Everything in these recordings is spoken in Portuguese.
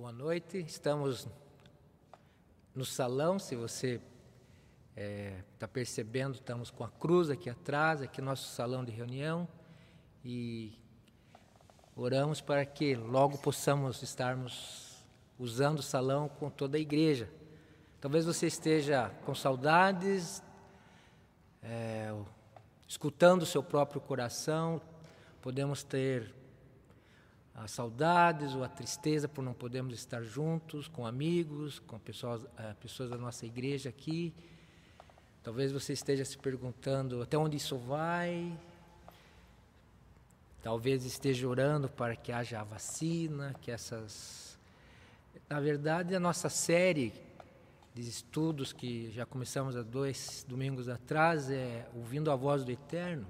Boa noite, estamos no salão, se você está percebendo, estamos com a cruz aqui atrás, aqui nosso salão de reunião, e oramos para que logo possamos estarmos usando o salão com toda a igreja. Talvez você esteja com saudades, escutando o seu próprio coração, podemos ter as saudades ou a tristeza por não podermos estar juntos com amigos, com pessoas da nossa igreja aqui. Talvez você esteja se perguntando até onde isso vai. Talvez esteja orando para que haja a vacina, que essas... Na verdade, a nossa série de estudos que já começamos há 2 domingos atrás, Ouvindo a Voz do Eterno,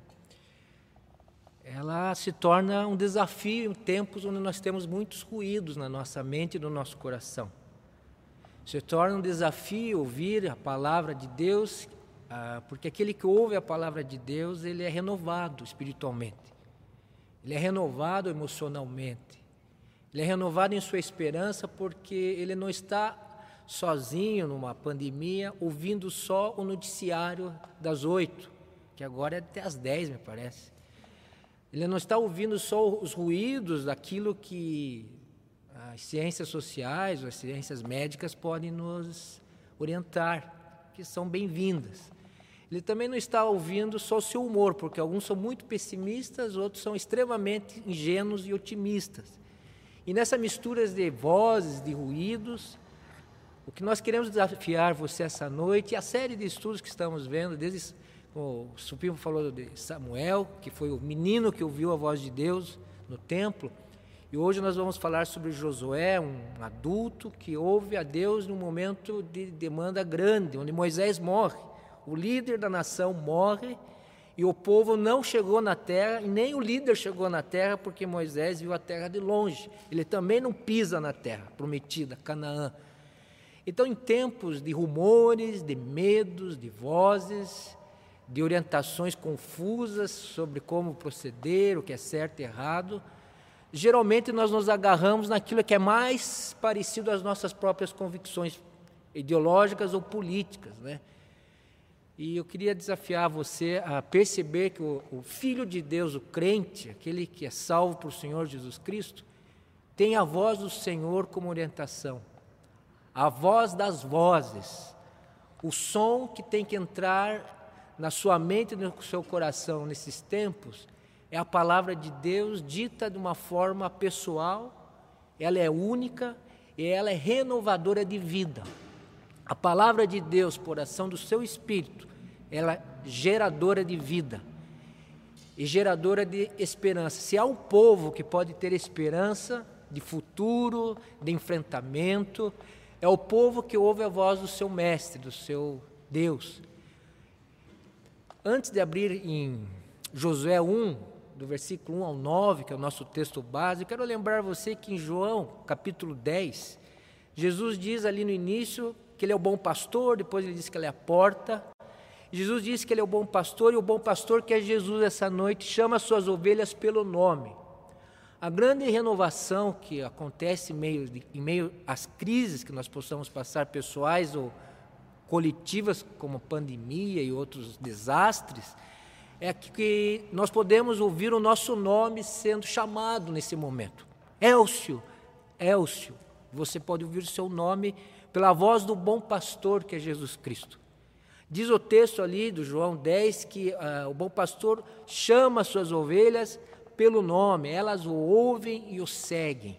ela se torna um desafio em tempos onde nós temos muitos ruídos na nossa mente e no nosso coração. Se torna um desafio ouvir a palavra de Deus, porque aquele que ouve a palavra de Deus, ele é renovado espiritualmente, ele é renovado emocionalmente, ele é renovado em sua esperança, porque ele não está sozinho numa pandemia, ouvindo só o noticiário das 8, que agora é até às 10, me parece. Ele não está ouvindo só os ruídos daquilo que as ciências sociais ou as ciências médicas podem nos orientar, que são bem-vindas. Ele também não está ouvindo só o seu humor, porque alguns são muito pessimistas, outros são extremamente ingênuos e otimistas. E nessa mistura de vozes, de ruídos, o que nós queremos desafiar você essa noite, e a série de estudos que estamos vendo, desde o Supimo falou de Samuel, que foi o menino que ouviu a voz de Deus no templo, e hoje nós vamos falar sobre Josué, um adulto que ouve a Deus num momento de demanda grande, onde Moisés morre, o líder da nação morre, e o povo não chegou na terra, e nem o líder chegou na terra, porque Moisés viu a terra de longe, ele também não pisa na terra prometida, Canaã. Então, em tempos de rumores, de medos, de vozes, de orientações confusas sobre como proceder, o que é certo e errado, geralmente nós nos agarramos naquilo que é mais parecido às nossas próprias convicções ideológicas ou políticas, né? E eu queria desafiar você a perceber que o Filho de Deus, o crente, aquele que é salvo por Senhor Jesus Cristo, tem a voz do Senhor como orientação, a voz das vozes, o som que tem que entrar na sua mente e no seu coração nesses tempos, é a palavra de Deus dita de uma forma pessoal, ela é única e ela é renovadora de vida. A palavra de Deus, por ação do seu Espírito, ela é geradora de vida e geradora de esperança. Se há um povo que pode ter esperança de futuro, de enfrentamento, é o povo que ouve a voz do seu mestre, do seu Deus. Antes de abrir em Josué 1, do versículo 1 ao 9, que é o nosso texto base, eu quero lembrar você que em João, capítulo 10, Jesus diz ali no início que ele é o bom pastor, depois ele diz que ele é a porta. Jesus diz que ele é o bom pastor, e o bom pastor, que é Jesus essa noite, chama as suas ovelhas pelo nome. A grande renovação que acontece em meio às crises que nós possamos passar, pessoais ou coletivas, como pandemia e outros desastres, é que nós podemos ouvir o nosso nome sendo chamado nesse momento. Élcio, Élcio, você pode ouvir o seu nome pela voz do bom pastor, que é Jesus Cristo. Diz o texto ali do João 10 que o bom pastor chama as suas ovelhas pelo nome, elas o ouvem e o seguem.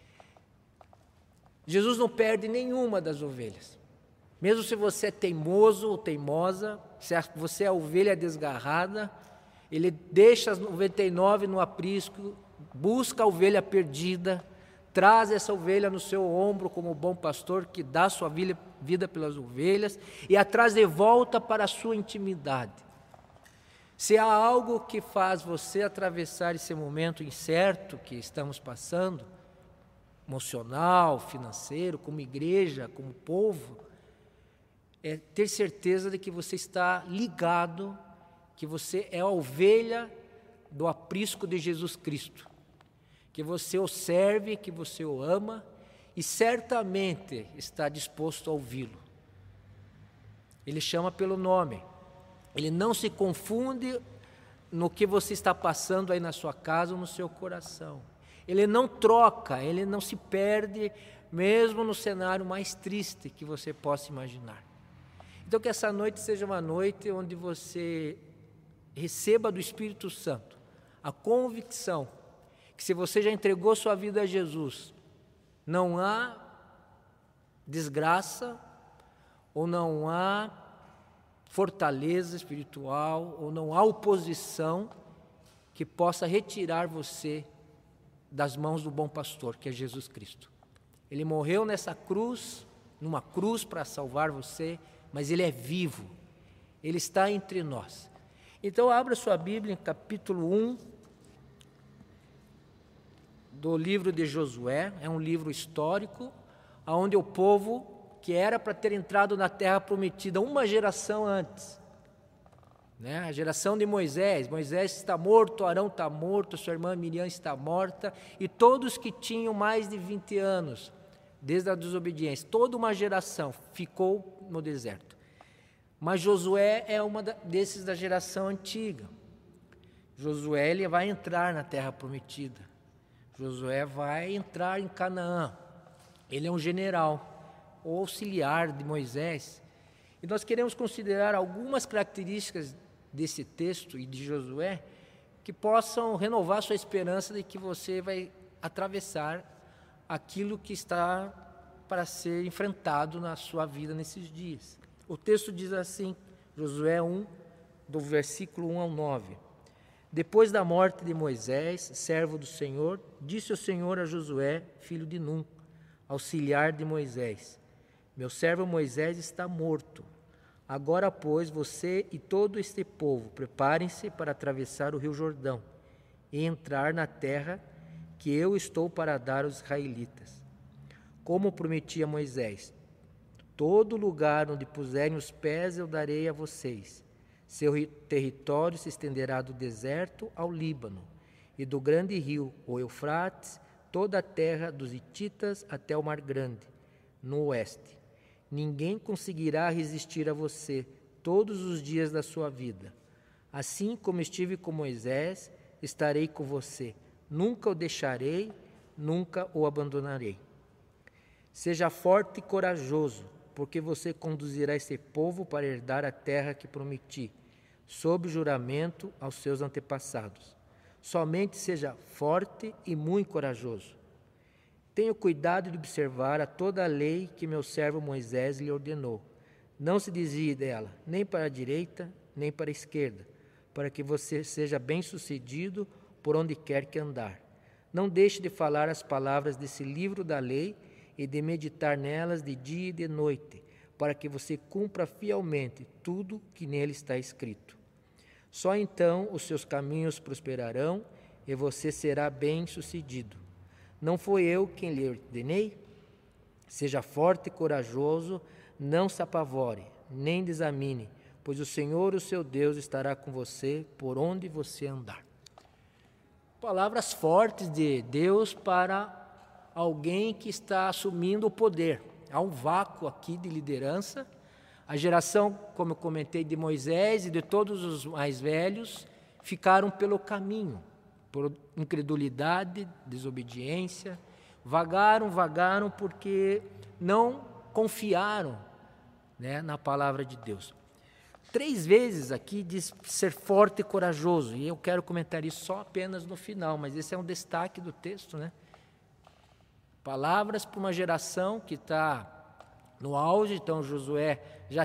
Jesus não perde nenhuma das ovelhas. Mesmo se você é teimoso ou teimosa, se você é a ovelha desgarrada, ele deixa as 99 no aprisco, busca a ovelha perdida, traz essa ovelha no seu ombro como bom pastor que dá sua vida pelas ovelhas e a traz de volta para a sua intimidade. Se há algo que faz você atravessar esse momento incerto que estamos passando, emocional, financeiro, como igreja, como povo, é ter certeza de que você está ligado, que você é a ovelha do aprisco de Jesus Cristo, que você o serve, que você o ama e certamente está disposto a ouvi-lo. Ele chama pelo nome. Ele não se confunde no que você está passando aí na sua casa ou no seu coração. Ele não troca, ele não se perde, mesmo no cenário mais triste que você possa imaginar. Então que essa noite seja uma noite onde você receba do Espírito Santo a convicção que se você já entregou sua vida a Jesus, não há desgraça ou não há fortaleza espiritual ou não há oposição que possa retirar você das mãos do bom pastor, que é Jesus Cristo. Ele morreu nessa cruz, numa cruz para salvar você, mas Ele é vivo, Ele está entre nós. Então abra sua Bíblia em capítulo 1 do livro de Josué. É um livro histórico, onde o povo que era para ter entrado na terra prometida uma geração antes, né? A geração de Moisés está morto, Arão está morto, sua irmã Miriam está morta, e todos que tinham mais de 20 anos, desde a desobediência, toda uma geração ficou no deserto. Mas Josué é desses da geração antiga. Josué ele vai entrar na terra prometida. Josué vai entrar em Canaã. Ele é um general, ou auxiliar de Moisés. E nós queremos considerar algumas características desse texto e de Josué que possam renovar sua esperança de que você vai atravessar aquilo que está para ser enfrentado na sua vida nesses dias. O texto diz assim, Josué 1, do versículo 1 ao 9. Depois da morte de Moisés, servo do Senhor, disse o Senhor a Josué, filho de Num, auxiliar de Moisés: meu servo Moisés está morto. Agora, pois, você e todo este povo, preparem-se para atravessar o rio Jordão e entrar na terra que eu estou para dar aos israelitas. Como prometi a Moisés, todo lugar onde puserem os pés eu darei a vocês. Seu território se estenderá do deserto ao Líbano, e do grande rio, o Eufrates, toda a terra dos hititas até o Mar Grande, no oeste. Ninguém conseguirá resistir a você todos os dias da sua vida. Assim como estive com Moisés, estarei com você. Nunca o deixarei, nunca o abandonarei. Seja forte e corajoso, porque você conduzirá esse povo para herdar a terra que prometi, sob juramento aos seus antepassados. Somente seja forte e muito corajoso. Tenha cuidado de observar a toda a lei que meu servo Moisés lhe ordenou. Não se desvie dela, nem para a direita, nem para a esquerda, para que você seja bem-sucedido por onde quer que andar. Não deixe de falar as palavras desse livro da lei e de meditar nelas de dia e de noite, para que você cumpra fielmente tudo que nele está escrito. Só então os seus caminhos prosperarão e você será bem-sucedido. Não foi eu quem lhe ordenei? Seja forte e corajoso, não se apavore, nem desamine, pois o Senhor, o seu Deus, estará com você por onde você andar. Palavras fortes de Deus para alguém que está assumindo o poder. Há um vácuo aqui de liderança. A geração, como eu comentei, de Moisés e de todos os mais velhos, ficaram pelo caminho, por incredulidade, desobediência, vagaram porque não confiaram, né, na palavra de Deus. 3 vezes aqui diz ser forte e corajoso, e eu quero comentar isso só apenas no final, mas esse é um destaque do texto, né? Palavras para uma geração que está no auge. Então Josué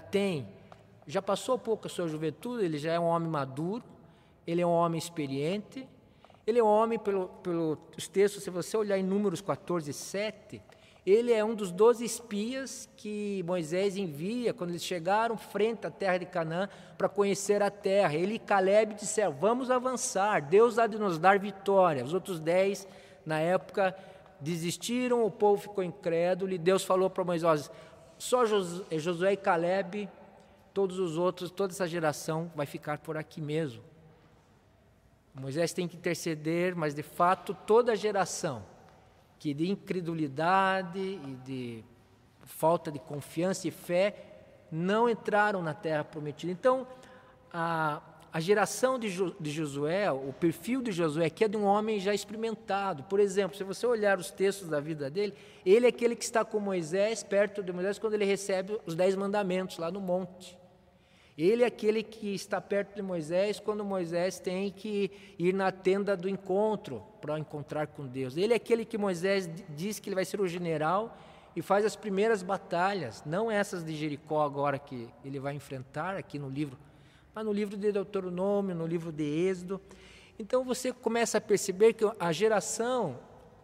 já passou um pouco a sua juventude, ele já é um homem maduro, ele é um homem experiente, ele é um homem, pelos textos, se você olhar em Números 14, 7, ele é um dos 12 espias que Moisés envia quando eles chegaram frente à terra de Canaã para conhecer a terra. Ele e Caleb disseram: vamos avançar, Deus há de nos dar vitória. Os outros 10, na época, desistiram, o povo ficou incrédulo e Deus falou para Moisés: só Josué e Caleb, todos os outros, toda essa geração vai ficar por aqui mesmo. Moisés tem que interceder, mas de fato toda a geração que de incredulidade e de falta de confiança e fé não entraram na terra prometida. Então, a geração de Josué, o perfil de Josué aqui é de um homem já experimentado. Por exemplo, se você olhar os textos da vida dele, ele é aquele que está com Moisés, perto de Moisés, quando ele recebe os 10 mandamentos lá no monte. Ele é aquele que está perto de Moisés quando Moisés tem que ir na tenda do encontro para encontrar com Deus. Ele é aquele que Moisés diz que ele vai ser o general e faz as primeiras batalhas, não essas de Jericó agora que ele vai enfrentar aqui no livro, mas no livro de Deuteronômio, no livro de Êxodo. Então você começa a perceber que a geração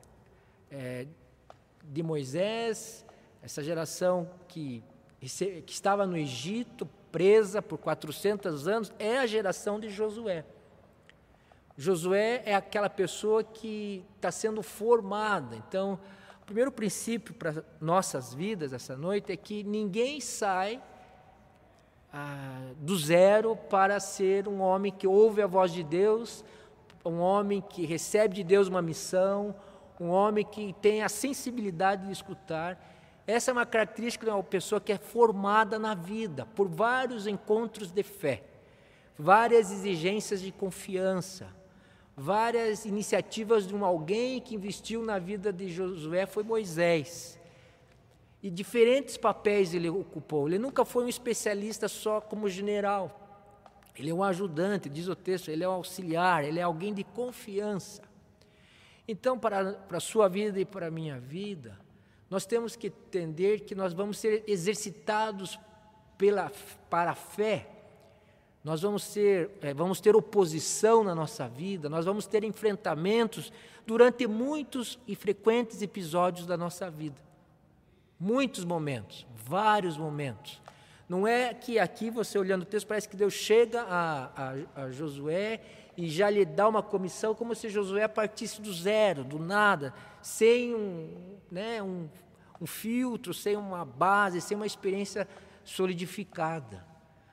de Moisés, essa geração que estava no Egito, presa por 400 anos, é a geração de Josué. Josué é aquela pessoa que está sendo formada. Então, o primeiro princípio para nossas vidas essa noite é que ninguém sai do zero para ser um homem que ouve a voz de Deus, um homem que recebe de Deus uma missão, um homem que tem a sensibilidade de escutar. Essa é uma característica de uma pessoa que é formada na vida, por vários encontros de fé, várias exigências de confiança, várias iniciativas de alguém que investiu na vida de Josué, foi Moisés. E diferentes papéis ele ocupou. Ele nunca foi um especialista só como general. Ele é um ajudante, diz o texto, ele é um auxiliar, ele é alguém de confiança. Então, para a sua vida e para a minha vida, nós temos que entender que nós vamos ser exercitados para a fé, nós vamos ter oposição na nossa vida, nós vamos ter enfrentamentos durante muitos e frequentes episódios da nossa vida. Muitos momentos, vários momentos. Não é que aqui você olhando o texto parece que Deus chega a Josué e já lhe dá uma comissão como se Josué partisse do zero, do nada, sem um filtro, sem uma base, sem uma experiência solidificada.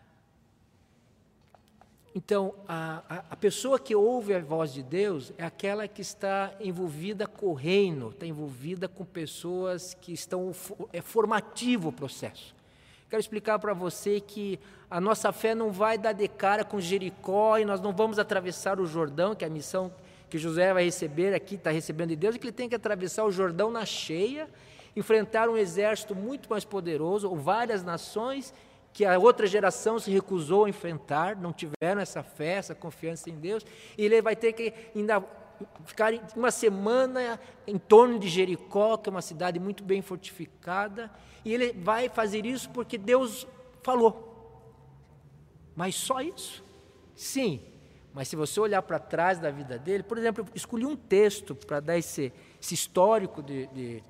Então, a pessoa que ouve a voz de Deus é aquela que está envolvida com o reino, está envolvida com pessoas que estão... É formativo o processo. Quero explicar para você que a nossa fé não vai dar de cara com Jericó e nós não vamos atravessar o Jordão, que é a missão que Josué vai receber aqui, está recebendo de Deus, é que ele tem que atravessar o Jordão na cheia, enfrentar um exército muito mais poderoso, ou várias nações que a outra geração se recusou a enfrentar, não tiveram essa fé, essa confiança em Deus, e ele vai ter que ainda ficar uma semana em torno de Jericó, que é uma cidade muito bem fortificada, e ele vai fazer isso porque Deus falou. Mas só isso? Sim, mas se você olhar para trás da vida dele, por exemplo, eu escolhi um texto para dar esse histórico de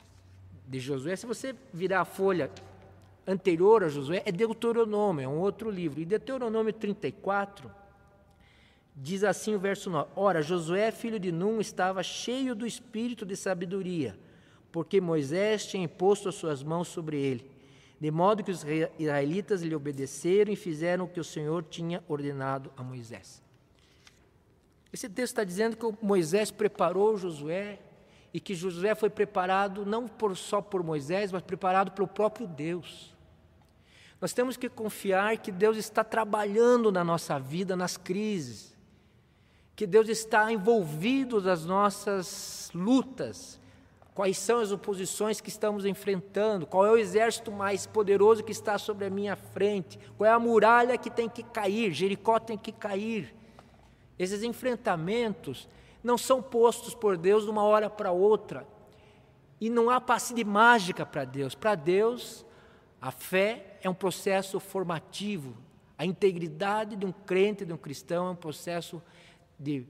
Josué. Se você virar a folha anterior a Josué, é Deuteronômio, é um outro livro. E Deuteronômio 34 diz assim o verso 9: Ora, Josué, filho de Num, estava cheio do espírito de sabedoria, porque Moisés tinha imposto as suas mãos sobre ele, de modo que os israelitas lhe obedeceram e fizeram o que o Senhor tinha ordenado a Moisés. Esse texto está dizendo que Moisés preparou Josué, e que Josué foi preparado não só por Moisés, mas preparado pelo próprio Deus. Nós temos que confiar que Deus está trabalhando na nossa vida, nas crises, que Deus está envolvido nas nossas lutas, quais são as oposições que estamos enfrentando, qual é o exército mais poderoso que está sobre a minha frente, qual é a muralha que tem que cair, Jericó tem que cair. Esses enfrentamentos não são postos por Deus de uma hora para outra, e não há passe de mágica para Deus. Para Deus, a fé é um processo formativo, a integridade de um crente, de um cristão, é um processo de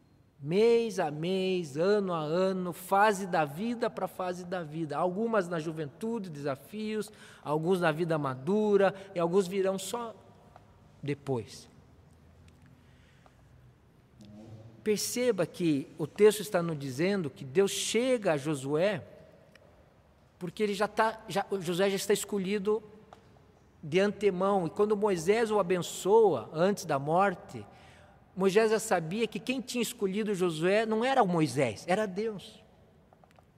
mês a mês, ano a ano, fase da vida para fase da vida. Algumas na juventude, desafios, alguns na vida madura, e alguns virão só depois. Perceba que o texto está nos dizendo que Deus chega a Josué, porque Josué já está escolhido de antemão, e quando Moisés o abençoa antes da morte, Moisés já sabia que quem tinha escolhido Josué não era o Moisés, era Deus.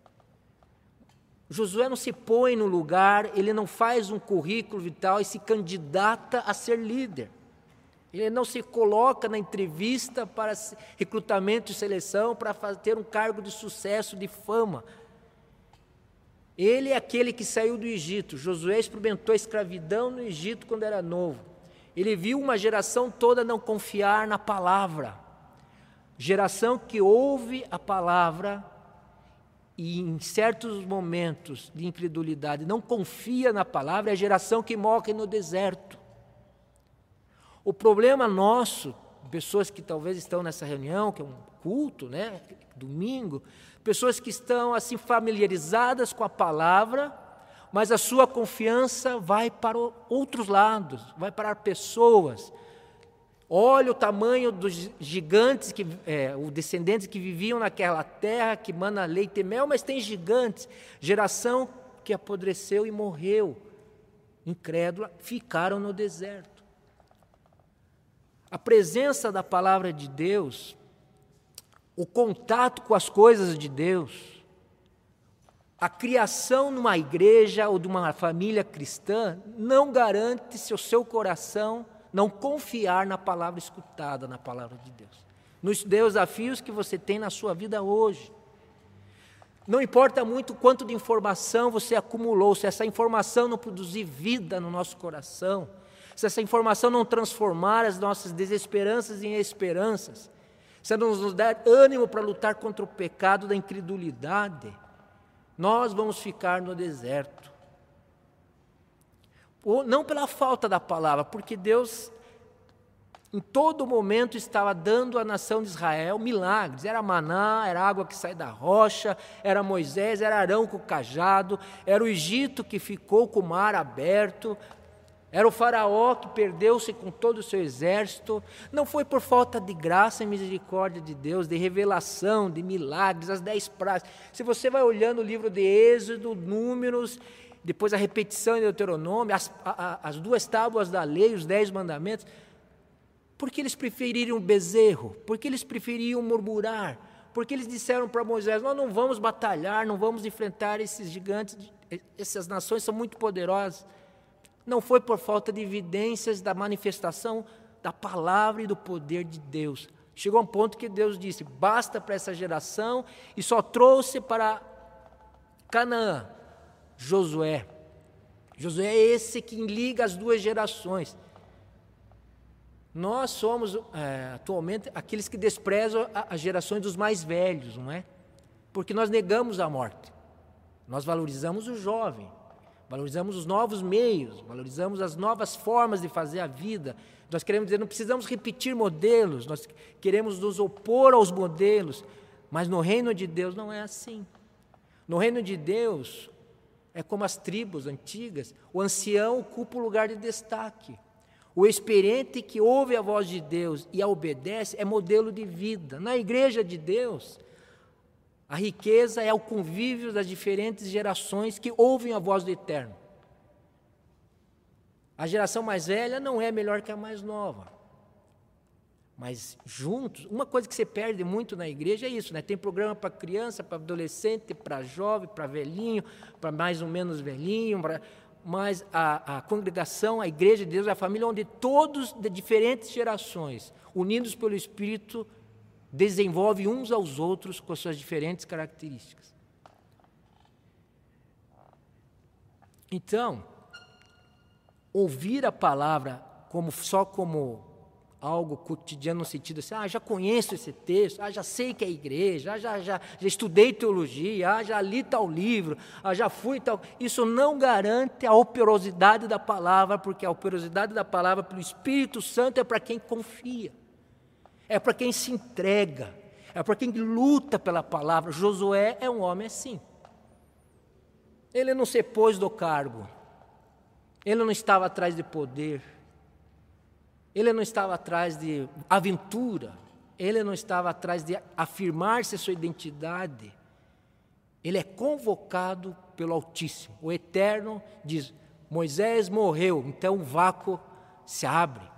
Josué não se põe no lugar, ele não faz um currículo vital e se candidata a ser líder. Ele não se coloca na entrevista para recrutamento e seleção para ter um cargo de sucesso, de fama. Ele é aquele que saiu do Egito. Josué experimentou a escravidão no Egito quando era novo. Ele viu uma geração toda não confiar na palavra. Geração que ouve a palavra e em certos momentos de incredulidade não confia na palavra, é a geração que morre no deserto. O problema nosso, pessoas que talvez estão nessa reunião, que é um culto, né, domingo, pessoas que estão assim familiarizadas com a palavra, mas a sua confiança vai para outros lados, vai para pessoas. Olha o tamanho dos gigantes, os descendentes que viviam naquela terra, que mana leite e mel, mas tem gigantes. Geração que apodreceu e morreu, incrédula, ficaram no deserto. A presença da palavra de Deus, o contato com as coisas de Deus, a criação numa igreja ou de uma família cristã não garante se o seu coração não confiar na palavra escutada, na palavra de Deus, nos desafios que você tem na sua vida hoje. Não importa muito quanto de informação você acumulou, se essa informação não produzir vida no nosso coração, se essa informação não transformar as nossas desesperanças em esperanças, se não nos der ânimo para lutar contra o pecado da incredulidade, nós vamos ficar no deserto. Não pela falta da palavra, porque Deus em todo momento estava dando à nação de Israel milagres. Era maná, era água que sai da rocha, era Moisés, era Arão com o cajado, era o Egito que ficou com o mar aberto, era o faraó que perdeu-se com todo o seu exército. Não foi por falta de graça e misericórdia de Deus, de revelação, de milagres, as 10 pragas. Se você vai olhando o livro de Êxodo, Números, depois a repetição em Deuteronômio, as 2 tábuas da lei, os 10 mandamentos, por que eles preferiram o bezerro? Por que eles preferiam murmurar? Porque eles disseram para Moisés, nós não vamos batalhar, não vamos enfrentar esses gigantes, essas nações são muito poderosas. Não foi por falta de evidências da manifestação da palavra e do poder de Deus. Chegou a um ponto que Deus disse, basta para essa geração, e só trouxe para Canaã Josué. Josué é esse que liga as 2 gerações. Nós somos, atualmente, aqueles que desprezam as gerações dos mais velhos, não é? Porque nós negamos a morte. Nós valorizamos o jovem. Valorizamos os novos meios, valorizamos as novas formas de fazer a vida. Nós queremos dizer, não precisamos repetir modelos, nós queremos nos opor aos modelos, mas no reino de Deus não é assim. No reino de Deus, é como as tribos antigas, o ancião ocupa o lugar de destaque. O experiente que ouve a voz de Deus e a obedece é modelo de vida. Na igreja de Deus, a riqueza é o convívio das diferentes gerações que ouvem a voz do Eterno. A geração mais velha não é melhor que a mais nova. Mas juntos, uma coisa que você perde muito na igreja é isso, né? Tem programa para criança, para adolescente, para jovem, para velhinho, para mais ou menos velhinho, mas a congregação, a igreja de Deus é a família onde todos de diferentes gerações, unidos pelo Espírito, desenvolve uns aos outros com as suas diferentes características. Então, ouvir a palavra só como algo cotidiano no sentido assim, já conheço esse texto, já sei que é igreja, já estudei teologia, já li tal livro, já fui tal... Isso não garante a operosidade da palavra, porque a operosidade da palavra pelo Espírito Santo é para quem confia. É para quem se entrega, é para quem luta pela palavra. Josué é um homem assim. Ele não se pôs do cargo, ele não estava atrás de poder, ele não estava atrás de aventura, ele não estava atrás de afirmar-se a sua identidade. Ele é convocado pelo Altíssimo. O Eterno diz, Moisés morreu, então o vácuo se abre.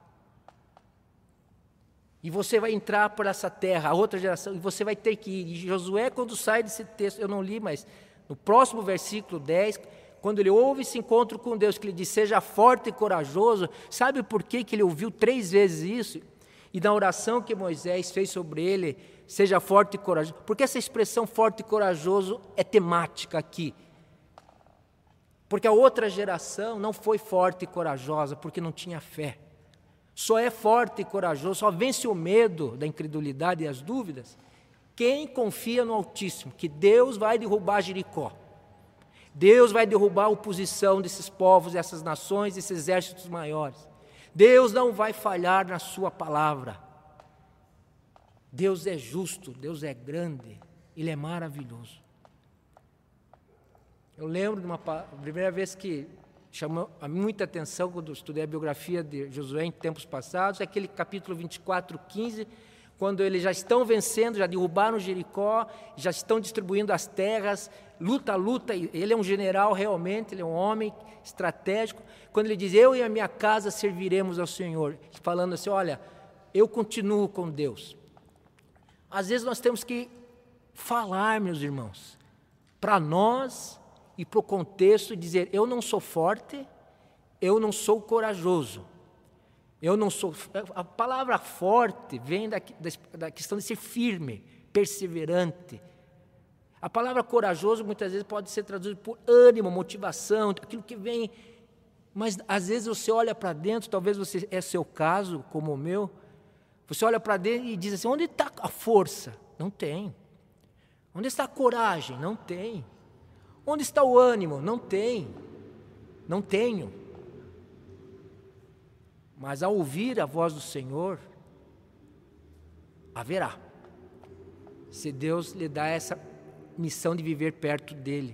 E você vai entrar por essa terra, a outra geração, e você vai ter que ir. E Josué, quando sai desse texto, eu não li, mas No próximo versículo 10, quando ele ouve esse encontro com Deus, que ele diz, seja forte e corajoso, sabe por que ele ouviu 3 vezes isso? E na oração que Moisés fez sobre ele, seja forte e corajoso, porque essa expressão forte e corajoso é temática aqui. Porque a outra geração não foi forte e corajosa, porque não tinha fé. Só é forte e corajoso, só vence o medo da incredulidade e as dúvidas, quem confia no Altíssimo, que Deus vai derrubar Jericó. Deus vai derrubar a oposição desses povos, dessas nações, desses exércitos maiores. Deus não vai falhar na sua palavra. Deus é justo, Deus é grande, Ele é maravilhoso. Eu lembro de uma primeira vez que chamou muita atenção quando eu estudei a biografia de Josué em tempos passados, é aquele capítulo 24, 15, quando eles já estão vencendo, já derrubaram Jericó, já estão distribuindo as terras, luta, ele é um general realmente, ele é um homem estratégico, quando ele diz, eu e a minha casa serviremos ao Senhor, falando assim, olha, eu continuo com Deus. Às vezes nós temos que falar, meus irmãos, para nós e para o contexto, dizer, eu não sou forte, eu não sou corajoso. Eu não sou. A palavra forte vem da questão de ser firme, perseverante. A palavra corajoso muitas vezes pode ser traduzida por ânimo, motivação, aquilo que vem. Mas às vezes você olha para dentro, talvez é seu caso, como o meu. Você olha para dentro e diz assim: onde está a força? Não tem. Onde está a coragem? Não tem. Onde está o ânimo? Não tem. Não tenho. Mas ao ouvir a voz do Senhor, haverá. Se Deus lhe dá essa missão de viver perto dEle.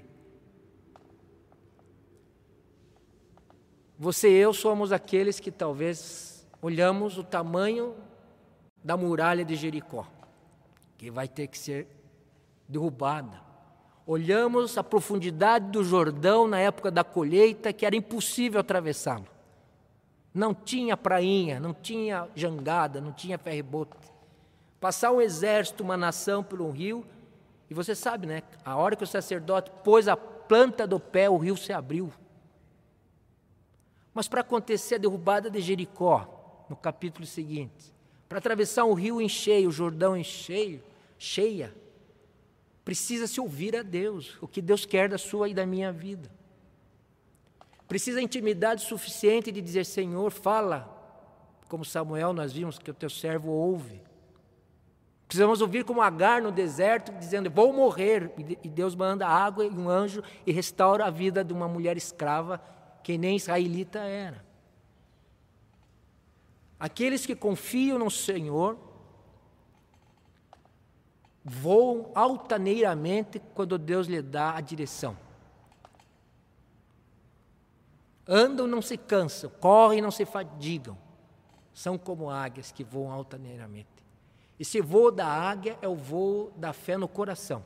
Você e eu somos aqueles que talvez olhamos o tamanho da muralha de Jericó, que vai ter que ser derrubada. Olhamos a profundidade do Jordão na época da colheita, que era impossível atravessá-lo. Não tinha prainha, não tinha jangada, não tinha ferry-boat. Passar um exército, uma nação por um rio, e você sabe, né? A hora que o sacerdote pôs a planta do pé, o rio se abriu. Mas para acontecer a derrubada de Jericó, no capítulo seguinte, para atravessar um rio em cheio, o Jordão em cheia, precisa-se ouvir a Deus, o que Deus quer da sua e da minha vida. Precisa intimidade suficiente de dizer, Senhor, fala, como Samuel nós vimos que o teu servo ouve. Precisamos ouvir como Agar no deserto, dizendo, vou morrer, e Deus manda água e um anjo e restaura a vida de uma mulher escrava, que nem israelita era. Aqueles que confiam no Senhor, voam altaneiramente quando Deus lhe dá a direção. Andam e não se cansam, correm e não se fadigam. São como águias que voam altaneiramente. Esse voo da águia é o voo da fé no coração.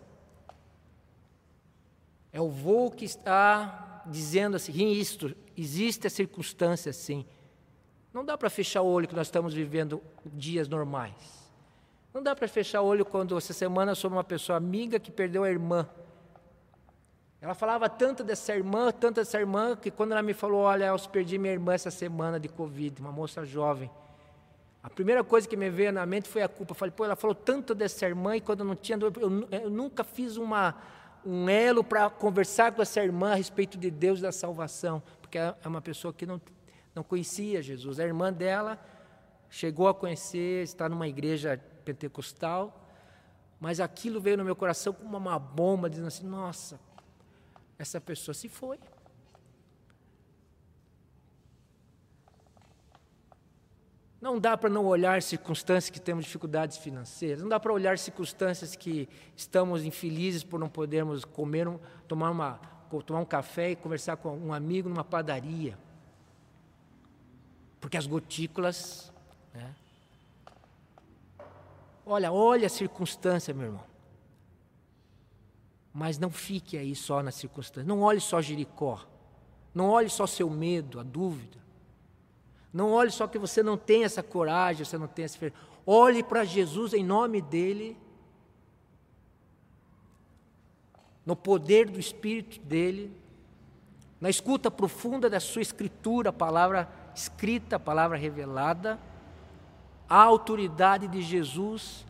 É o voo que está dizendo assim, isto, existe a circunstância assim. Não dá para fechar o olho que nós estamos vivendo dias normais. Não dá para fechar o olho quando essa semana eu sou uma pessoa amiga que perdeu a irmã. Ela falava tanto dessa irmã, que quando ela me falou, olha, eu perdi minha irmã essa semana de Covid, uma moça jovem. A primeira coisa que me veio na mente foi a culpa. Eu falei, ela falou tanto dessa irmã e quando eu não tinha, eu nunca fiz um elo para conversar com essa irmã a respeito de Deus e da salvação, porque é uma pessoa que não conhecia Jesus. A irmã dela chegou a conhecer, está numa igreja pentecostal, mas aquilo veio no meu coração como uma bomba, dizendo assim, nossa, essa pessoa se foi. Não dá para não olhar circunstâncias que temos dificuldades financeiras, não dá para olhar circunstâncias que estamos infelizes por não podermos comer, tomar um café e conversar com um amigo numa padaria. Porque as gotículas, né? Olha a circunstância, meu irmão. Mas não fique aí só na circunstância. Não olhe só Jericó. Não olhe só seu medo, a dúvida. Não olhe só que você não tem essa coragem, você não tem essa fé. Olhe para Jesus em nome dEle. no poder do Espírito dele, na escuta profunda da sua Escritura, a palavra escrita, a palavra revelada, a autoridade de Jesus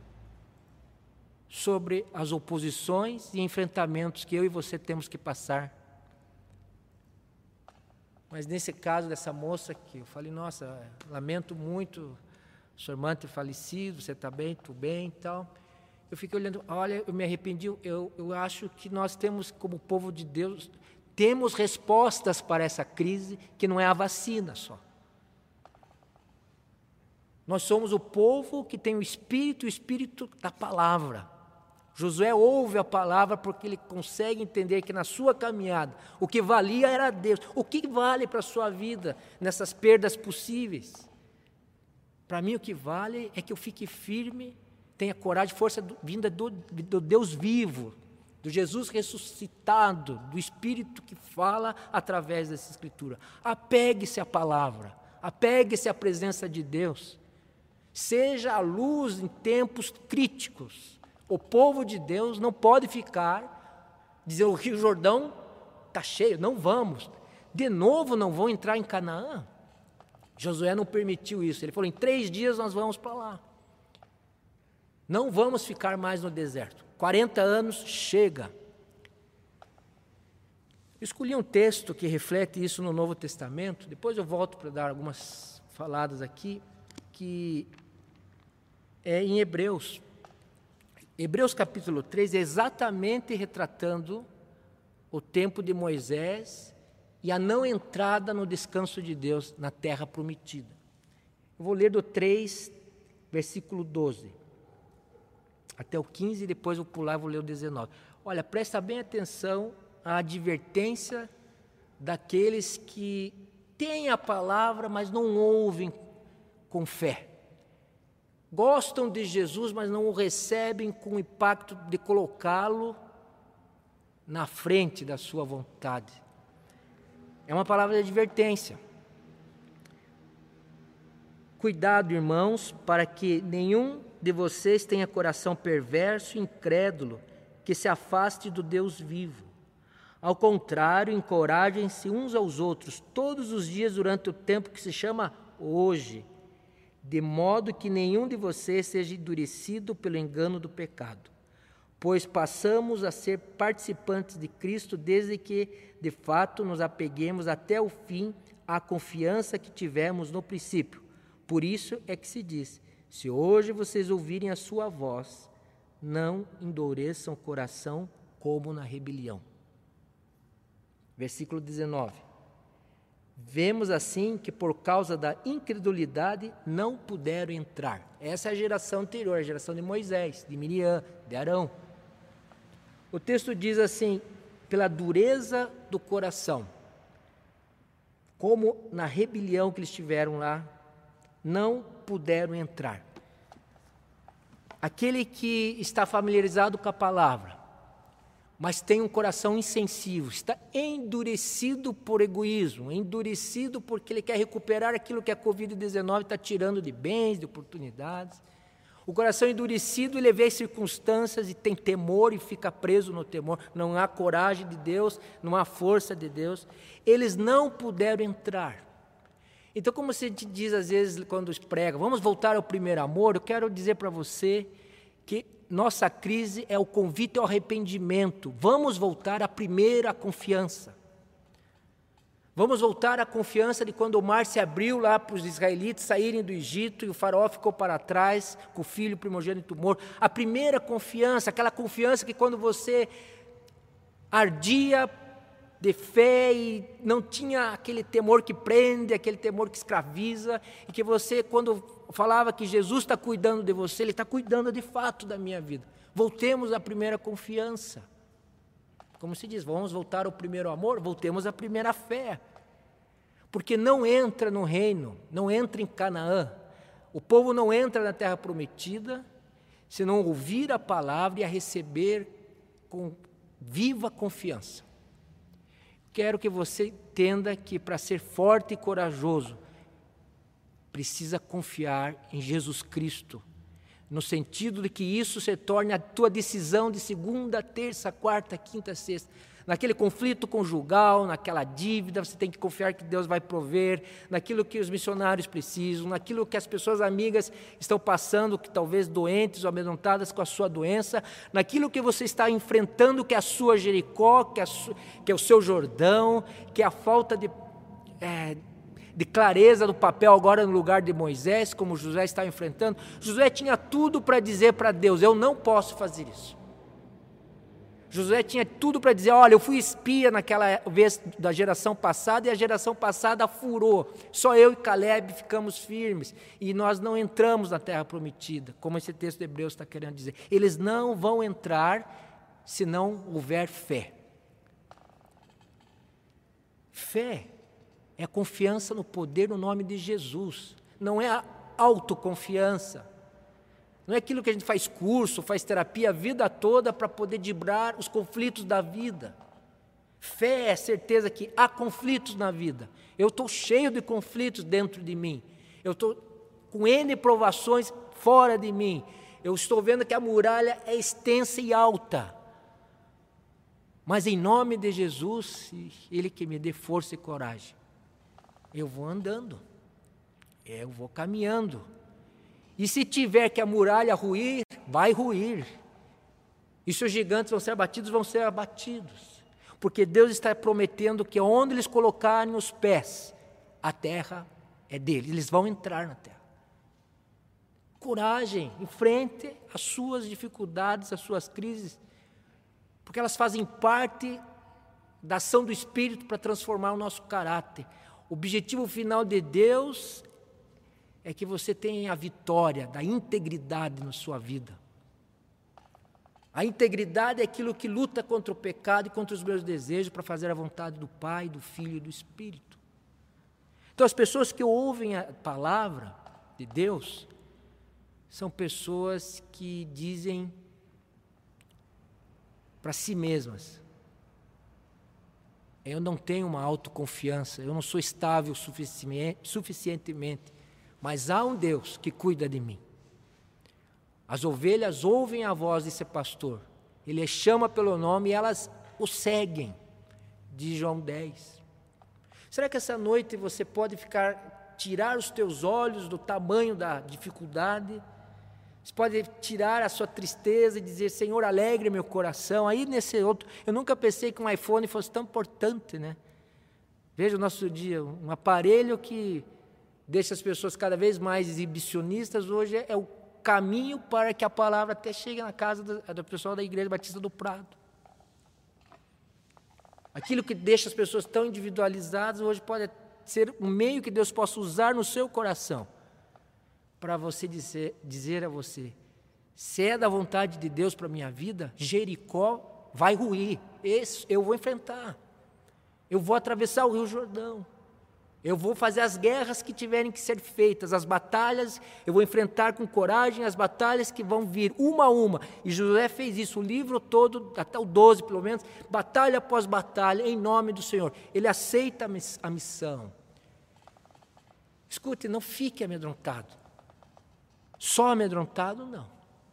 sobre as oposições e enfrentamentos que eu e você temos que passar. Mas nesse caso dessa moça que eu falei, nossa, lamento muito, sua irmã ter falecido, você está bem, tudo bem e tal. Eu fiquei olhando, olha, eu me arrependi, eu acho que nós temos, como povo de Deus, temos respostas para essa crise, que não é a vacina só. Nós somos o povo que tem o Espírito da palavra. Josué ouve a palavra porque ele consegue entender que na sua caminhada o que valia era Deus. O que vale para a sua vida nessas perdas possíveis? Para mim o que vale é que eu fique firme, tenha coragem, força vinda do Deus vivo, do Jesus ressuscitado, do Espírito que fala através dessa Escritura. Apegue-se à palavra, apegue-se à presença de Deus. Seja a luz em tempos críticos. O povo de Deus não pode ficar, dizer o Rio Jordão está cheio, não vamos. De novo não vão entrar em Canaã. Josué não permitiu isso, ele falou, em 3 dias nós vamos para lá. Não vamos ficar mais no deserto. 40 anos, chega. Eu escolhi um texto que reflete isso no Novo Testamento, depois eu volto para dar algumas faladas aqui, que é em Hebreus. Hebreus capítulo 3 é exatamente retratando o tempo de Moisés e a não entrada no descanso de Deus na terra prometida. Eu vou ler do 3, versículo 12, até o 15, e depois eu vou pular e vou ler o 19. Olha, presta bem atenção à advertência daqueles que têm a palavra, mas não ouvem com fé. Gostam de Jesus, mas não o recebem com o impacto de colocá-lo na frente da sua vontade. É uma palavra de advertência. Cuidado, irmãos, para que nenhum de vocês tenha coração perverso e incrédulo, que se afaste do Deus vivo. Ao contrário, encorajem-se uns aos outros todos os dias durante o tempo que se chama hoje, de modo que nenhum de vocês seja endurecido pelo engano do pecado. Pois passamos a ser participantes de Cristo desde que, de fato, nos apeguemos até o fim à confiança que tivemos no princípio. Por isso é que se diz, se hoje vocês ouvirem a sua voz, não endureçam o coração como na rebelião. Versículo 19. Vemos assim que por causa da incredulidade não puderam entrar. Essa é a geração anterior, a geração de Moisés, de Miriam, de Arão. O texto diz assim, pela dureza do coração, como na rebelião que eles tiveram lá, não puderam entrar. Aquele que está familiarizado com a palavra, mas tem um coração insensível, está endurecido por egoísmo, endurecido porque ele quer recuperar aquilo que a Covid-19 está tirando de bens, de oportunidades. O coração endurecido, ele vê as circunstâncias e tem temor e fica preso no temor. Não há coragem de Deus, não há força de Deus. Eles não puderam entrar. Então, como se diz às vezes quando prega, vamos voltar ao primeiro amor, eu quero dizer para você que nossa crise é o convite ao arrependimento. Vamos voltar à primeira confiança. Vamos voltar à confiança de quando o mar se abriu lá para os israelitas saírem do Egito e o faraó ficou para trás com o filho primogênito morto. A primeira confiança, aquela confiança que quando você ardia de fé e não tinha aquele temor que prende, aquele temor que escraviza, e que você, quando falava que Jesus está cuidando de você, Ele está cuidando de fato da minha vida. Voltemos à primeira confiança. Como se diz, vamos voltar ao primeiro amor, voltemos à primeira fé. Porque não entra no reino, não entra em Canaã. O povo não entra na terra prometida, se não ouvir a palavra e a receber com viva confiança. Quero que você entenda que para ser forte e corajoso, precisa confiar em Jesus Cristo. no sentido de que isso se torne a tua decisão de segunda, terça, quarta, quinta, sexta. Naquele conflito conjugal, naquela dívida, você tem que confiar que Deus vai prover, naquilo que os missionários precisam, naquilo que as pessoas amigas estão passando, que talvez doentes ou amedrontadas com a sua doença, naquilo que você está enfrentando, que é a sua Jericó, que é o seu Jordão, que é a falta de clareza do papel agora no lugar de Moisés, como José estava enfrentando. José tinha tudo para dizer para Deus: eu não posso fazer isso. José tinha tudo para dizer: olha, eu fui espia naquela vez da geração passada e a geração passada furou. Só eu e Caleb ficamos firmes e nós não entramos na terra prometida, como esse texto de Hebreus está querendo dizer. Eles não vão entrar se não houver fé. Fé é a confiança no poder, no nome de Jesus. Não é a autoconfiança. Não é aquilo que a gente faz curso, faz terapia a vida toda para poder driblar os conflitos da vida. Fé é a certeza que há conflitos na vida. Eu estou cheio de conflitos dentro de mim. Eu estou com N provações fora de mim. Eu estou vendo que a muralha é extensa e alta. Mas em nome de Jesus, Ele que me dê força e coragem, eu vou andando, eu vou caminhando. E se tiver que a muralha ruir, vai ruir. E se os gigantes vão ser abatidos. Porque Deus está prometendo que onde eles colocarem os pés, a terra é deles, eles vão entrar na terra. Coragem, enfrente as suas dificuldades, as suas crises, porque elas fazem parte da ação do Espírito para transformar o nosso caráter. O objetivo final de Deus é que você tenha a vitória da integridade na sua vida. A integridade é aquilo que luta contra o pecado e contra os meus desejos para fazer a vontade do Pai, do Filho e do Espírito. Então, as pessoas que ouvem a palavra de Deus são pessoas que dizem para si mesmas: eu não tenho uma autoconfiança, eu não sou estável suficientemente, mas há um Deus que cuida de mim. As ovelhas ouvem a voz desse pastor, ele as chama pelo nome e elas o seguem, diz João 10. Será que essa noite você pode tirar os teus olhos do tamanho da dificuldade? Você pode tirar a sua tristeza e dizer: Senhor, alegre meu coração. Aí nesse outro, eu nunca pensei que um iPhone fosse tão importante, né? Veja o nosso dia, um aparelho que deixa as pessoas cada vez mais exibicionistas, hoje é o caminho para que a palavra até chegue na casa do pessoal da Igreja Batista do Prado. Aquilo que deixa as pessoas tão individualizadas, hoje pode ser um meio que Deus possa usar no seu coração, para você dizer a você: se é da vontade de Deus para a minha vida, Jericó vai ruir, eu vou enfrentar, eu vou atravessar o Rio Jordão, eu vou fazer as guerras que tiverem que ser feitas, as batalhas, eu vou enfrentar com coragem as batalhas que vão vir, uma a uma. E Josué fez isso, o livro todo, até o 12 pelo menos, batalha após batalha, em nome do Senhor. Ele aceita a missão. Escute, não fique amedrontado. Só amedrontado, não.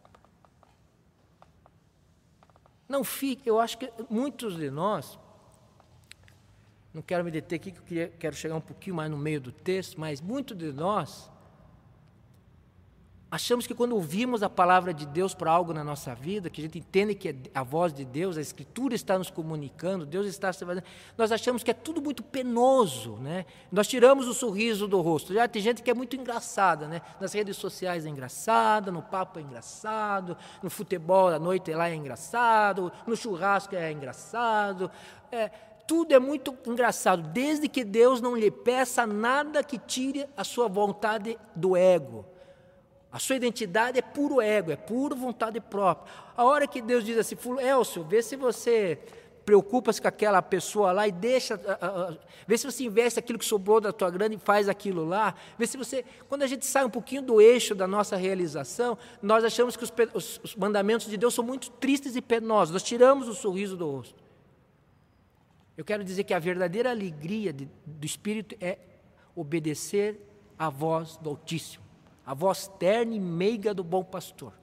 Não fique, eu acho que muitos de nós, não quero me deter aqui, que eu quero chegar um pouquinho mais no meio do texto, mas muitos de nós achamos que quando ouvimos a palavra de Deus para algo na nossa vida, que a gente entende que é a voz de Deus, a Escritura está nos comunicando, Deus está se fazendo, nós achamos que é tudo muito penoso, né? Nós tiramos o sorriso do rosto. Já tem gente que é muito engraçada, né? Nas redes sociais é engraçada, no papo é engraçado, no futebol à noite lá é engraçado, no churrasco é engraçado, tudo é muito engraçado, desde que Deus não lhe peça nada que tire a sua vontade do ego. A sua identidade é puro ego, é puro vontade própria. A hora que Deus diz assim: Elcio, vê se você preocupa-se com aquela pessoa lá e deixa, vê se você investe aquilo que sobrou da tua grana e faz aquilo lá, vê se você, quando a gente sai um pouquinho do eixo da nossa realização, nós achamos que os mandamentos de Deus são muito tristes e penosos, nós tiramos o sorriso do rosto. Eu quero dizer que a verdadeira alegria do Espírito é obedecer à voz do Altíssimo, a voz terna e meiga do bom pastor.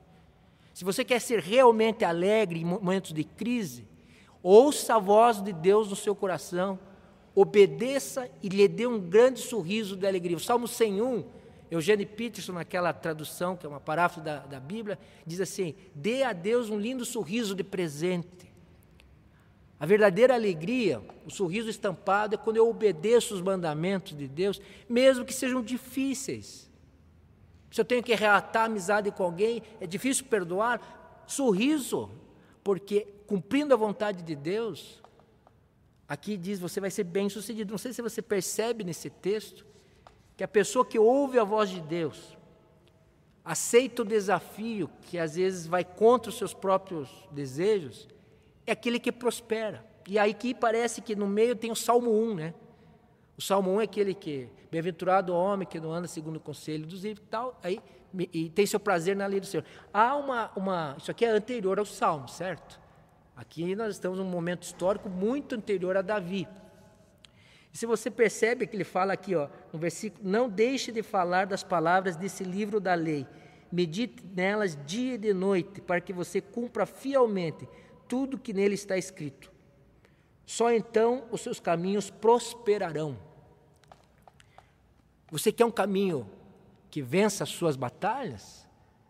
Se você quer ser realmente alegre em momentos de crise, ouça a voz de Deus no seu coração, obedeça e lhe dê um grande sorriso de alegria. O Salmo 101, Eugene Peterson, naquela tradução, que é uma paráfrase da Bíblia, diz assim: dê a Deus um lindo sorriso de presente. A verdadeira alegria, o sorriso estampado, é quando eu obedeço os mandamentos de Deus, mesmo que sejam difíceis. Se eu tenho que reatar amizade com alguém, é difícil perdoar, sorriso, porque cumprindo a vontade de Deus, aqui diz, você vai ser bem-sucedido. Não sei se você percebe nesse texto, que a pessoa que ouve a voz de Deus, aceita o desafio, que às vezes vai contra os seus próprios desejos, é aquele que prospera. E aí que parece que no meio tem o Salmo 1, né? O Salmo 1 é aquele que, bem-aventurado o homem que não anda segundo o conselho dos ímpios e tal, aí, e tem seu prazer na lei do Senhor. Há isso aqui é anterior ao Salmo, certo? Aqui nós estamos num momento histórico muito anterior a Davi. E se você percebe que ele fala aqui, no versículo, não deixe de falar das palavras desse livro da lei, medite nelas dia e de noite, para que você cumpra fielmente tudo que nele está escrito. Só então os seus caminhos prosperarão. Você quer um caminho que vença as suas batalhas?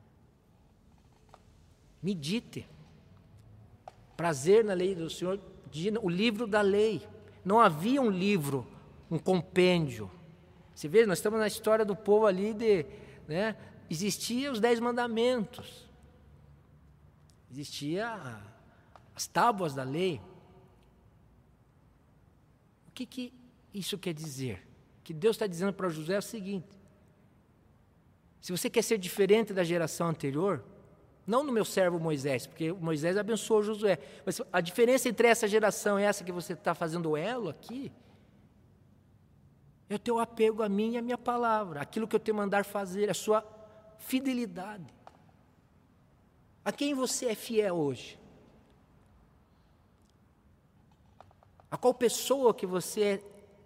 Medite. Prazer na lei do Senhor, o livro da lei. Não havia um livro, um compêndio. Você vê, nós estamos na história do povo ali, existiam os 10 mandamentos. Existia as tábuas da lei. O que isso quer dizer? O que Deus está dizendo para Josué é o seguinte: se você quer ser diferente da geração anterior, não no meu servo Moisés, porque Moisés abençoou Josué, mas a diferença entre essa geração e essa que você está fazendo o elo aqui, é o teu apego a mim e a minha palavra, aquilo que eu te mandar fazer, a sua fidelidade. A quem você é fiel hoje? A qual pessoa que você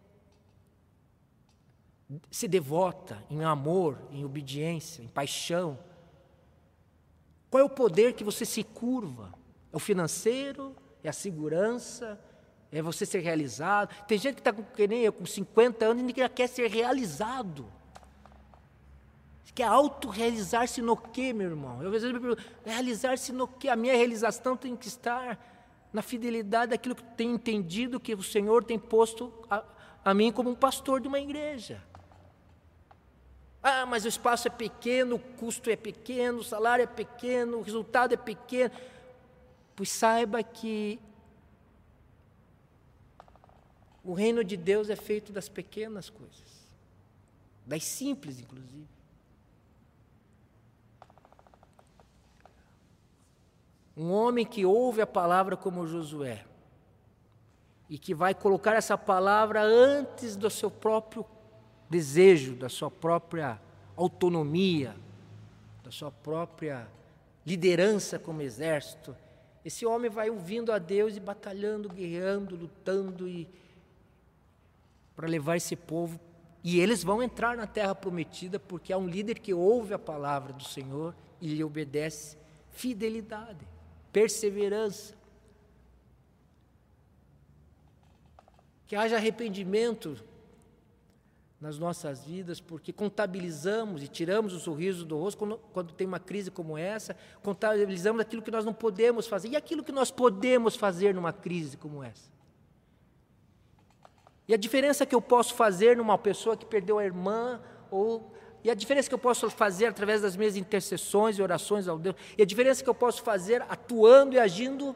se devota em amor, em obediência, em paixão? Qual é o poder que você se curva? É o financeiro? É a segurança? É você ser realizado? Tem gente que está que nem eu, com 50 anos, e quer ser realizado. Quer autorrealizar-se no quê, meu irmão? Eu às vezes me pergunto, realizar-se no quê? A minha realização tem que estar na fidelidade daquilo que tenho entendido que o Senhor tem posto a mim como um pastor de uma igreja. Mas o espaço é pequeno, o custo é pequeno, o salário é pequeno, o resultado é pequeno. Pois saiba que o reino de Deus é feito das pequenas coisas, das simples, inclusive. Um homem que ouve a palavra como Josué e que vai colocar essa palavra antes do seu próprio desejo, da sua própria autonomia, da sua própria liderança como exército, esse homem vai ouvindo a Deus e batalhando, guerreando, lutando para levar esse povo, e eles vão entrar na terra prometida, porque há um líder que ouve a palavra do Senhor e lhe obedece. Fidelidade, perseverança, que haja arrependimento nas nossas vidas, porque contabilizamos e tiramos o sorriso do rosto quando tem uma crise como essa, contabilizamos aquilo que nós não podemos fazer, e aquilo que nós podemos fazer numa crise como essa. E a diferença que eu posso fazer numa pessoa que perdeu a irmã, e a diferença que eu posso fazer através das minhas intercessões e orações ao Deus, e a diferença que eu posso fazer atuando e agindo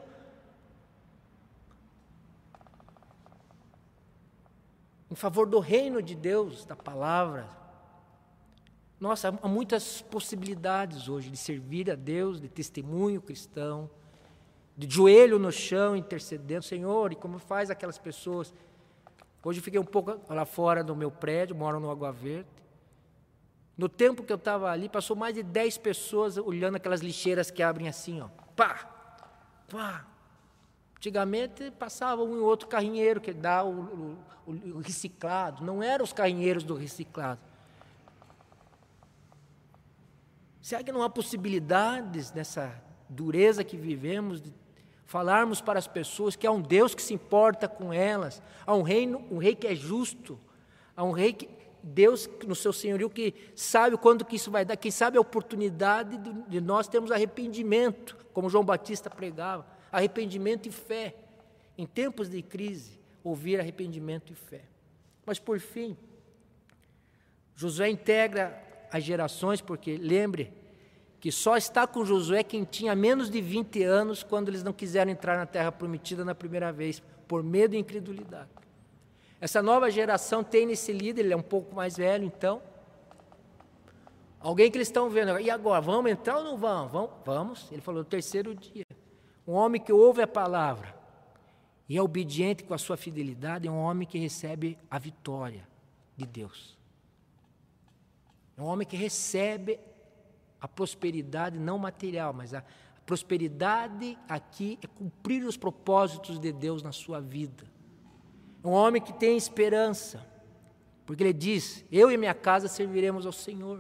em favor do reino de Deus, da palavra. Nossa, há muitas possibilidades hoje de servir a Deus, de testemunho cristão, de joelho no chão, intercedendo, Senhor, e como faz aquelas pessoas. Hoje eu fiquei um pouco lá fora do meu prédio, moro no Água Verde. No tempo que eu estava ali, passou mais de 10 pessoas olhando aquelas lixeiras que abrem assim, pá, pá. Antigamente passava um e outro carrinheiro que dá o reciclado, não eram os carrinheiros do reciclado. Será que não há possibilidades dureza que vivemos, de falarmos para as pessoas que há um Deus que se importa com elas, há um rei que é justo, há um rei que, Deus no seu senhorio que sabe quando que isso vai dar, quem sabe a oportunidade de nós termos arrependimento, como João Batista pregava, arrependimento e fé. Em tempos de crise, ouvir arrependimento e fé. Mas por fim, Josué integra as gerações, porque lembre que só está com Josué quem tinha menos de 20 anos quando eles não quiseram entrar na terra prometida na primeira vez, por medo e incredulidade. Essa nova geração tem nesse líder, ele é um pouco mais velho, então, alguém que eles estão vendo, e agora, vamos entrar ou não vamos? Vamos, ele falou, no terceiro dia. Um homem que ouve a palavra e é obediente com a sua fidelidade é um homem que recebe a vitória de Deus. É um homem que recebe a prosperidade não material, mas a prosperidade aqui é cumprir os propósitos de Deus na sua vida. É um homem que tem esperança, porque ele diz, eu e minha casa serviremos ao Senhor.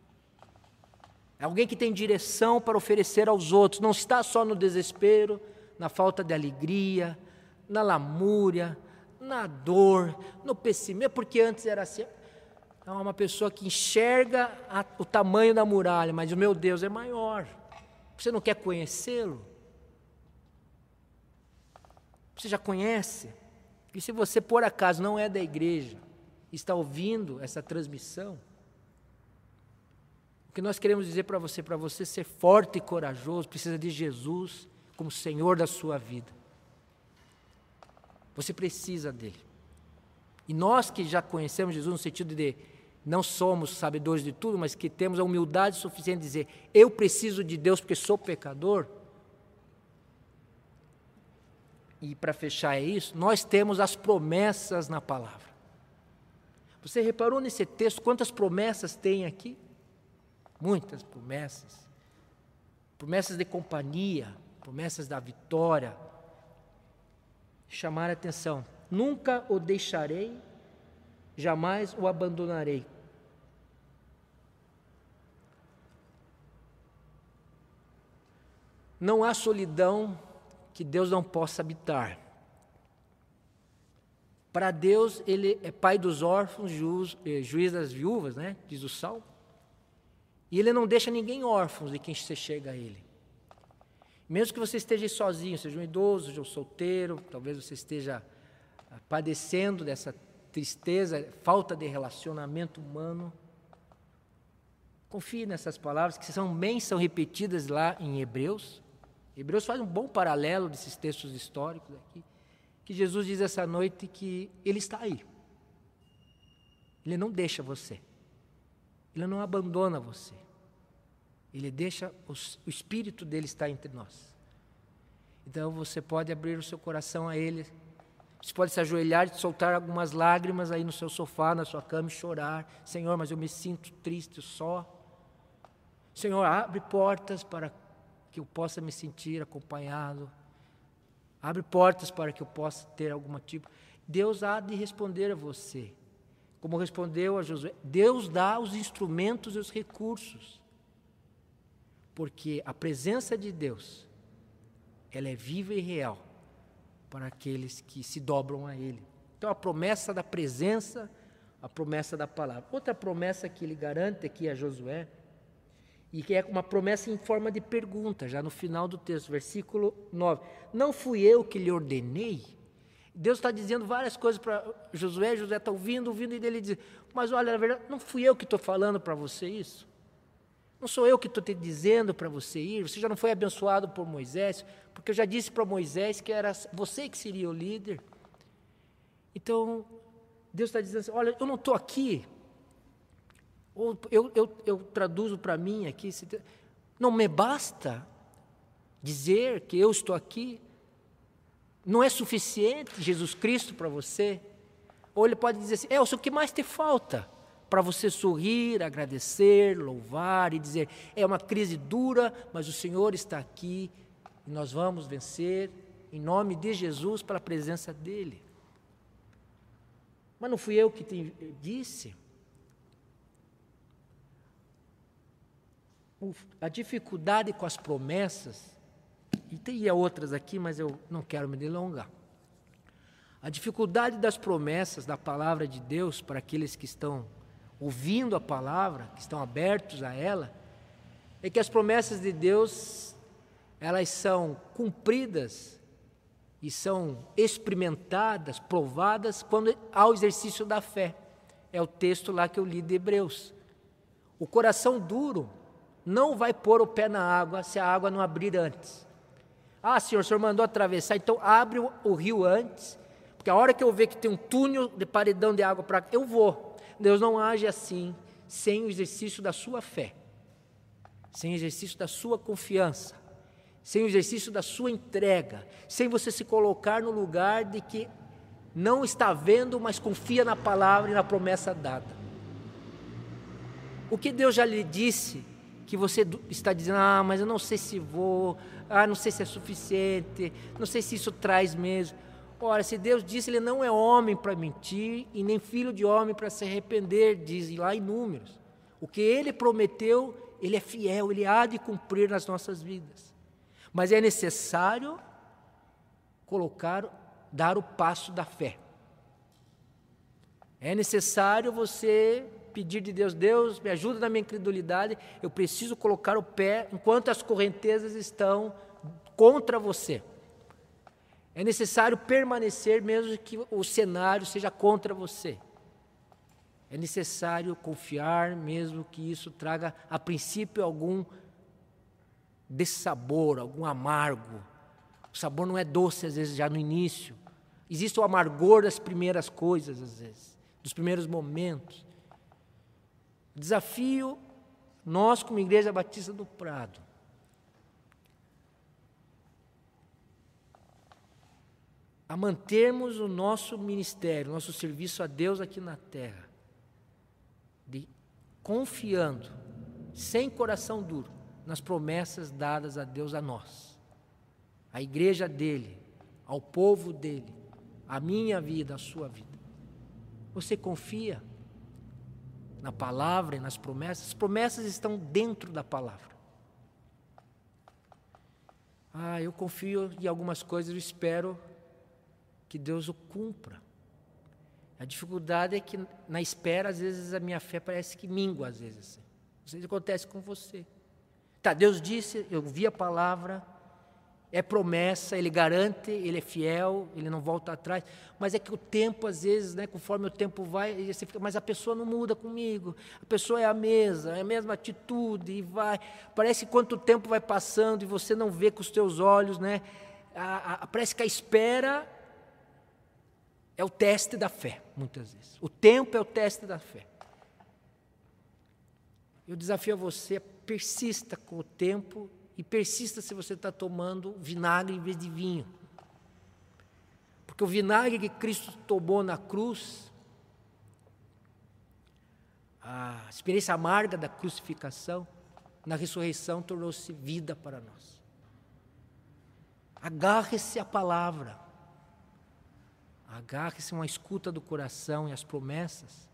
É alguém que tem direção para oferecer aos outros, não está só no desespero, na falta de alegria, na lamúria, na dor, no pessimismo, porque antes era assim. É uma pessoa que enxerga o tamanho da muralha, mas o meu Deus é maior. Você não quer conhecê-lo? Você já conhece? E se você, por acaso, não é da igreja, está ouvindo essa transmissão, o que nós queremos dizer para você ser forte e corajoso, precisa de Jesus como Senhor da sua vida. Você precisa dele. E nós que já conhecemos Jesus no sentido de não somos sabedores de tudo, mas que temos a humildade suficiente de dizer, eu preciso de Deus porque sou pecador. E para fechar é isso, nós temos as promessas na palavra. Você reparou nesse texto quantas promessas tem aqui? Muitas promessas. Promessas de companhia, promessas da vitória. Chamar a atenção, nunca o deixarei, jamais o abandonarei. Não há solidão que Deus não possa habitar. Para Deus, Ele é pai dos órfãos, juiz das viúvas, né? Diz o Salmo. E Ele não deixa ninguém órfão de quem você chega a Ele. Mesmo que você esteja sozinho, seja um idoso, seja um solteiro, talvez você esteja padecendo dessa tristeza, falta de relacionamento humano, confie nessas palavras que são repetidas lá em Hebreus. Hebreus faz um bom paralelo desses textos históricos aqui, que Jesus diz essa noite que Ele está aí. Ele não deixa você. Ele não abandona você. Ele deixa, o Espírito dele estar entre nós. Então você pode abrir o seu coração a Ele. Você pode se ajoelhar e soltar algumas lágrimas aí no seu sofá, na sua cama e chorar. Senhor, mas eu me sinto triste só. Senhor, abre portas para que eu possa me sentir acompanhado. Abre portas para que eu possa ter algum tipo. Deus há de responder a você. Como respondeu a Josué. Deus dá os instrumentos e os recursos. Porque a presença de Deus, ela é viva e real para aqueles que se dobram a Ele. Então a promessa da presença, a promessa da palavra. Outra promessa que Ele garante aqui a Josué, e que é uma promessa em forma de pergunta, já no final do texto, versículo 9. Não fui eu que lhe ordenei? Deus está dizendo várias coisas para Josué está ouvindo, e ele diz, mas olha, na verdade, não fui eu que estou falando para você isso? Não sou eu que estou te dizendo para você ir? Você já não foi abençoado por Moisés? Porque eu já disse para Moisés que era você que seria o líder. Então, Deus está dizendo assim, olha, eu não estou aqui. Ou eu traduzo para mim aqui, não me basta dizer que eu estou aqui? Não é suficiente Jesus Cristo para você? Ou ele pode dizer assim, o que mais te falta? Para você sorrir, agradecer, louvar e dizer, é uma crise dura, mas o Senhor está aqui e nós vamos vencer em nome de Jesus para a presença dEle. Mas não fui eu que te disse? A dificuldade com as promessas E teria outras aqui, mas eu não quero me delongar. A dificuldade das promessas da palavra de Deus para aqueles que estão ouvindo a palavra, que estão abertos a ela, é que as promessas de Deus, elas são cumpridas e são experimentadas, provadas, quando há o exercício da fé. É o texto lá que eu li de Hebreus. O coração duro não vai pôr o pé na água se a água não abrir antes. Ah, Senhor, o Senhor mandou atravessar, então abre o rio antes, porque a hora que eu ver que tem um túnel de paredão de água para cá, eu vou. Deus não age assim, sem o exercício da sua fé, sem o exercício da sua confiança, sem o exercício da sua entrega, sem você se colocar no lugar de que não está vendo, mas confia na palavra e na promessa dada. O que Deus já lhe disse, que você está dizendo, mas eu não sei se vou, não sei se é suficiente, não sei se isso traz mesmo. Ora, se Deus disse, Ele não é homem para mentir e nem filho de homem para se arrepender, diz lá em Números. O que Ele prometeu, Ele é fiel, Ele há de cumprir nas nossas vidas. Mas é necessário dar o passo da fé. É necessário você pedir de Deus, Deus, me ajuda na minha incredulidade, eu preciso colocar o pé enquanto as correntezas estão contra você. É necessário permanecer mesmo que o cenário seja contra você. É necessário confiar mesmo que isso traga a princípio algum dessabor, algum amargo. O sabor não é doce às vezes já no início. Existe o amargor das primeiras coisas às vezes, dos primeiros momentos. O desafio, nós como Igreja Batista do Prado, a mantermos o nosso ministério, nosso serviço a Deus aqui na terra, confiando, sem coração duro, nas promessas dadas a Deus a nós, a igreja dele, ao povo dele, a minha vida, a sua vida. Você confia na palavra e nas promessas? As promessas estão dentro da palavra. Eu confio em algumas coisas, eu espero que Deus o cumpra. A dificuldade é que na espera, às vezes a minha fé parece que mingua, às vezes. Assim. Não sei se acontece com você. Deus disse, eu vi a palavra, é promessa, Ele garante, Ele é fiel, Ele não volta atrás, mas é que o tempo, às vezes, conforme o tempo vai, você fica, mas a pessoa não muda comigo, a pessoa é a mesma atitude, e vai, parece que quanto tempo vai passando e você não vê com os teus olhos, parece que a espera é o teste da fé, muitas vezes. O tempo é o teste da fé. Eu desafio a você, persista com o tempo e persista se você está tomando vinagre em vez de vinho. Porque o vinagre que Cristo tomou na cruz, a experiência amarga da crucificação, na ressurreição tornou-se vida para nós. Agarre-se à palavra. Agarre-se a uma escuta do coração e às promessas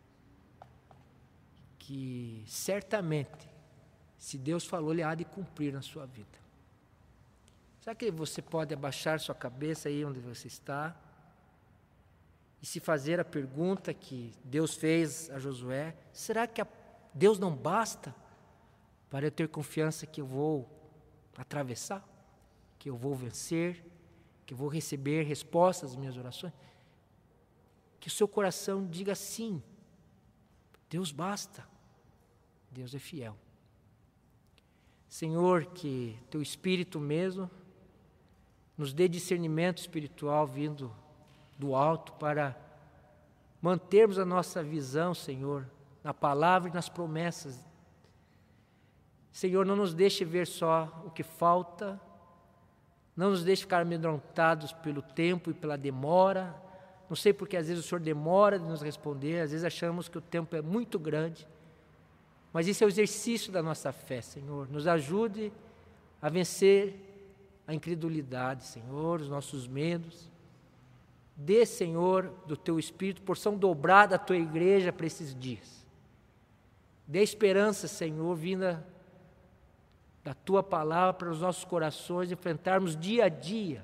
que certamente, se Deus falou, Ele há de cumprir na sua vida. Será que você pode abaixar sua cabeça aí onde você está e se fazer a pergunta que Deus fez a Josué? Será que Deus não basta para eu ter confiança que eu vou atravessar, que eu vou vencer, que eu vou receber respostas às minhas orações? Que o seu coração diga sim, Deus basta, Deus é fiel. Senhor, que Teu Espírito mesmo nos dê discernimento espiritual vindo do alto para mantermos a nossa visão, Senhor, na palavra e nas promessas. Senhor, não nos deixe ver só o que falta, não nos deixe ficar amedrontados pelo tempo e pela demora. Não sei porque às vezes o Senhor demora de nos responder, às vezes achamos que o tempo é muito grande, mas isso é o exercício da nossa fé, Senhor. Nos ajude a vencer a incredulidade, Senhor, os nossos medos. Dê, Senhor, do Teu Espírito, porção dobrada à Tua igreja para esses dias. Dê esperança, Senhor, vinda da Tua palavra para os nossos corações, enfrentarmos dia a dia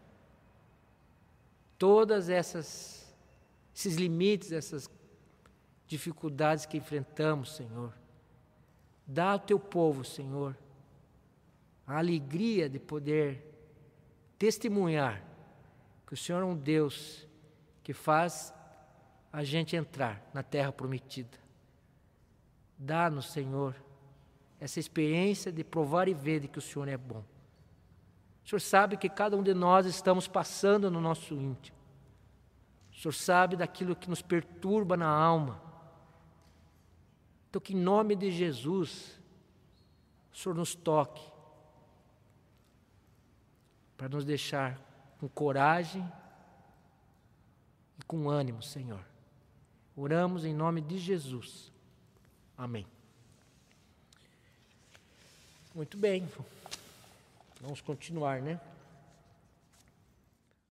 todas esses limites, essas dificuldades que enfrentamos, Senhor. Dá ao Teu povo, Senhor, a alegria de poder testemunhar que o Senhor é um Deus que faz a gente entrar na terra prometida. Dá-nos, Senhor, essa experiência de provar e ver de que o Senhor é bom. O Senhor sabe que cada um de nós estamos passando no nosso íntimo. O Senhor sabe daquilo que nos perturba na alma. Então, que em nome de Jesus, o Senhor nos toque, para nos deixar com coragem e com ânimo, Senhor. Oramos em nome de Jesus. Amém. Muito bem. Vamos continuar, né?